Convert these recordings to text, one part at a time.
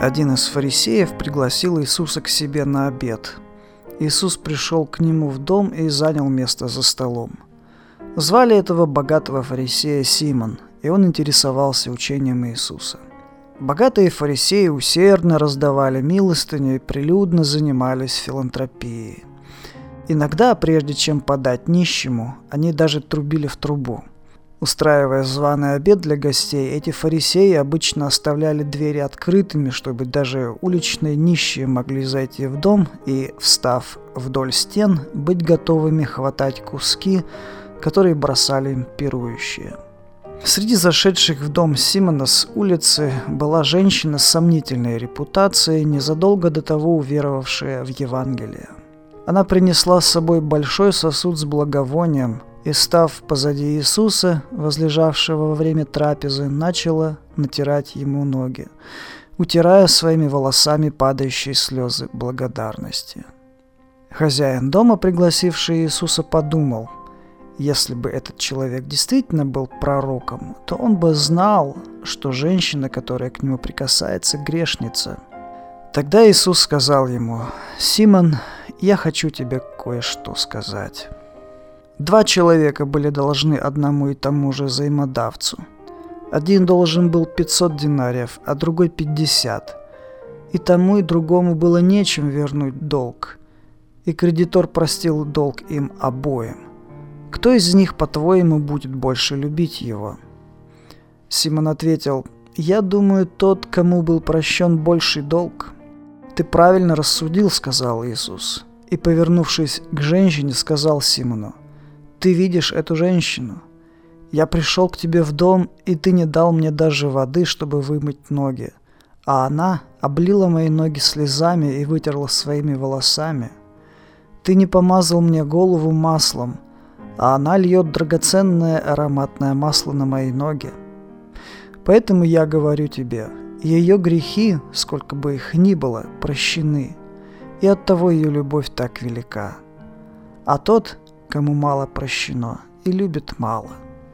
Один из фарисеев пригласил Иисуса к себе на обед. Иисус пришел к нему в дом и занял место за столом. Звали этого богатого фарисея Симон, и он интересовался учением Иисуса. Богатые фарисеи усердно раздавали милостыню и прилюдно занимались филантропией. Иногда, прежде чем подать нищему, они даже трубили в трубу. Устраивая званый обед для гостей, эти фарисеи обычно оставляли двери открытыми, чтобы даже уличные нищие могли зайти в дом и, встав вдоль стен, быть готовыми хватать куски, которые бросали им пирующие. Среди зашедших в дом Симона с улицы была женщина с сомнительной репутацией, незадолго до того уверовавшая в Евангелие. Она принесла с собой большой сосуд с благовонием и, став позади Иисуса, возлежавшего во время трапезы, начала натирать ему ноги, утирая своими волосами падающие слезы благодарности. Хозяин дома, пригласивший Иисуса, подумал: если бы этот человек действительно был пророком, то он бы знал, что женщина, которая к нему прикасается, грешница. Тогда Иисус сказал ему: «Симон, я хочу тебе кое-что сказать». 2 человека были должны одному и тому же взаимодавцу. Один должен был 500 динариев, а другой 50. И тому, и другому было нечем вернуть долг. И кредитор простил долг им обоим. Кто из них, по-твоему, будет больше любить его? Симон ответил: «Я думаю, тот, кому был прощен больший долг». «Ты правильно рассудил», — сказал Иисус. И, повернувшись к женщине, сказал Симону: «Ты видишь эту женщину? Я пришел к тебе в дом, и ты не дал мне даже воды, чтобы вымыть ноги, а она облила мои ноги слезами и вытерла своими волосами. Ты не помазал мне голову маслом, а она льет драгоценное ароматное масло на мои ноги. Поэтому я говорю тебе, ее грехи, сколько бы их ни было, прощены, и оттого ее любовь так велика. А тот, кому мало прощено, и любит мало».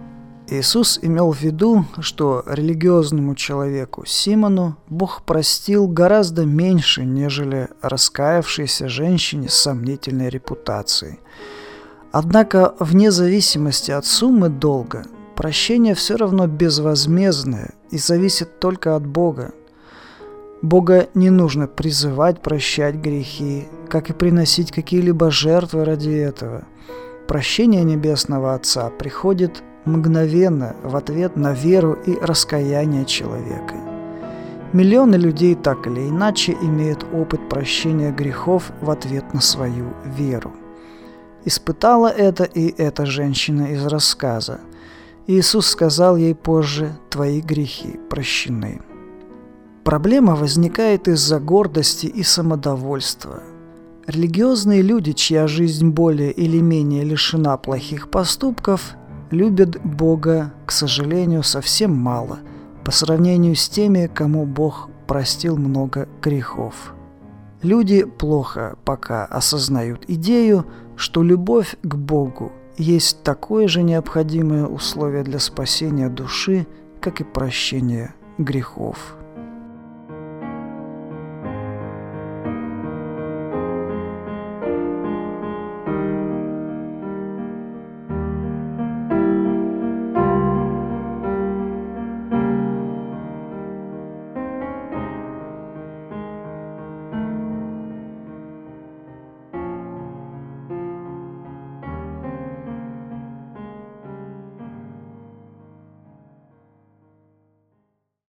Иисус имел в виду, что религиозному человеку Симону Бог простил гораздо меньше, нежели раскаявшейся женщине с сомнительной репутацией. Однако, вне зависимости от суммы долга, прощение все равно безвозмездное и зависит только от Бога. Бога не нужно призывать прощать грехи, как и приносить какие-либо жертвы ради этого. Прощение Небесного Отца приходит мгновенно в ответ на веру и раскаяние человека. Миллионы людей так или иначе имеют опыт прощения грехов в ответ на свою веру. Испытала это и эта женщина из рассказа. Иисус сказал ей позже: «Твои грехи прощены». Проблема возникает из-за гордости и самодовольства. Религиозные люди, чья жизнь более или менее лишена плохих поступков, любят Бога, к сожалению, совсем мало, по сравнению с теми, кому Бог простил много грехов. Люди плохо пока осознают идею, что любовь к Богу есть такое же необходимое условие для спасения души, как и прощение грехов.